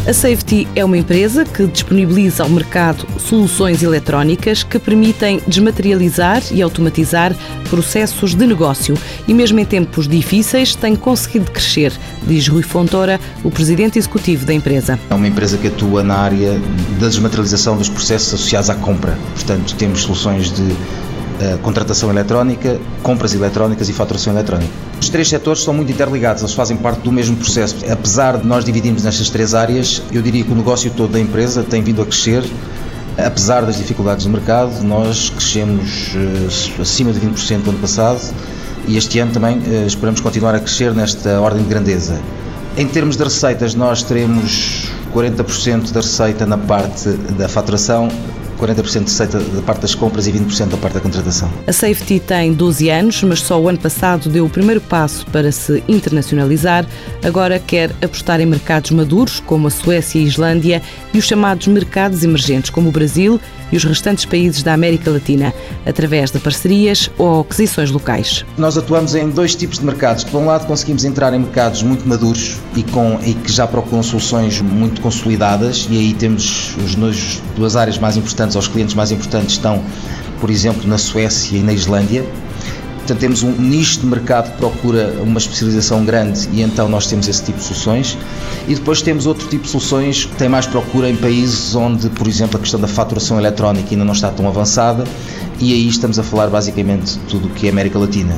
A Safety é uma empresa que disponibiliza ao mercado soluções eletrónicas que permitem desmaterializar e automatizar processos de negócio e mesmo em tempos difíceis tem conseguido crescer, diz Rui Fontoura, o presidente executivo da empresa. É uma empresa que atua na área da desmaterialização dos processos associados à compra. Portanto, temos soluções de contratação eletrónica, compras eletrónicas e faturação eletrónica. Os três setores são muito interligados, eles fazem parte do mesmo processo. Apesar de nós dividirmos nestas três áreas, eu diria que o negócio todo da empresa tem vindo a crescer. Apesar das dificuldades do mercado, nós crescemos acima de 20% no ano passado e este ano também esperamos continuar a crescer nesta ordem de grandeza. Em termos de receitas, nós teremos 40% da receita na parte da faturação, 40% de receita da parte das compras e 20% da parte da contratação. A Safety tem 12 anos, mas só o ano passado deu o primeiro passo para se internacionalizar. Agora quer apostar em mercados maduros, como a Suécia e a Islândia, e os chamados mercados emergentes, como o Brasil e os restantes países da América Latina, através de parcerias ou aquisições locais. Nós atuamos em dois tipos de mercados. Por um lado, conseguimos entrar em mercados muito maduros e que já procuram soluções muito consolidadas, e aí temos as duas áreas mais importantes, os clientes mais importantes estão, por exemplo, na Suécia e na Islândia. Portanto, temos um nicho de mercado que procura uma especialização grande e então nós temos esse tipo de soluções. E depois temos outro tipo de soluções que tem mais procura em países onde, por exemplo, a questão da faturação eletrónica ainda não está tão avançada, e aí estamos a falar basicamente de tudo o que é América Latina.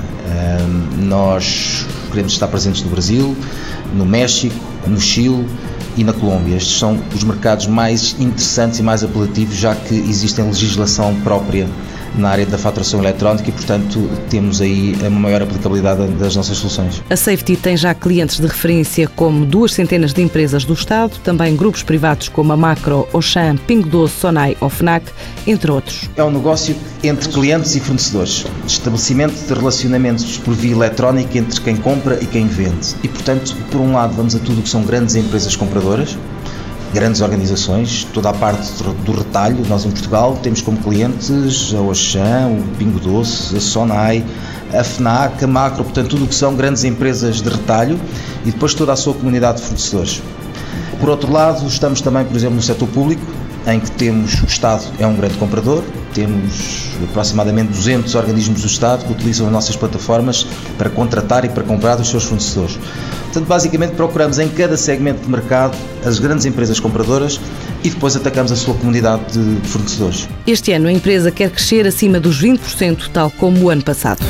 Nós queremos estar presentes no Brasil, no México, no Chile e na Colômbia. Estes são os mercados mais interessantes e mais apelativos, já que existe legislação própria na área da faturação eletrónica e, portanto, temos aí uma maior aplicabilidade das nossas soluções. A Safety tem já clientes de referência como 2 centenas de empresas do Estado, também grupos privados como a Macro, Auchan, Pingo Doce, Sonai ou Fnac, entre outros. É um negócio entre clientes e fornecedores, estabelecimento de relacionamentos por via eletrónica entre quem compra e quem vende. E, portanto, por um lado, vamos a tudo o que são grandes empresas compradoras, grandes organizações, toda a parte do retalho. Nós em Portugal temos como clientes a Auchan, o Pingo Doce, a Sonai, a Fnac, a Macro, portanto tudo o que são grandes empresas de retalho e depois toda a sua comunidade de fornecedores. Por outro lado, estamos também, por exemplo, no setor público, em que temos o Estado é um grande comprador, temos aproximadamente 200 organismos do Estado que utilizam as nossas plataformas para contratar e para comprar dos seus fornecedores. Portanto, basicamente procuramos em cada segmento de mercado as grandes empresas compradoras e depois atacamos a sua comunidade de fornecedores. Este ano a empresa quer crescer acima dos 20%, tal como o ano passado.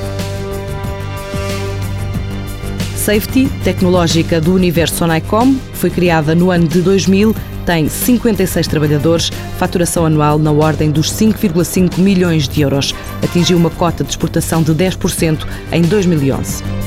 Safety, tecnológica do universo Sonaicom, foi criada no ano de 2000, tem 56 trabalhadores, faturação anual na ordem dos 5,5 milhões de euros. Atingiu uma cota de exportação de 10% em 2011.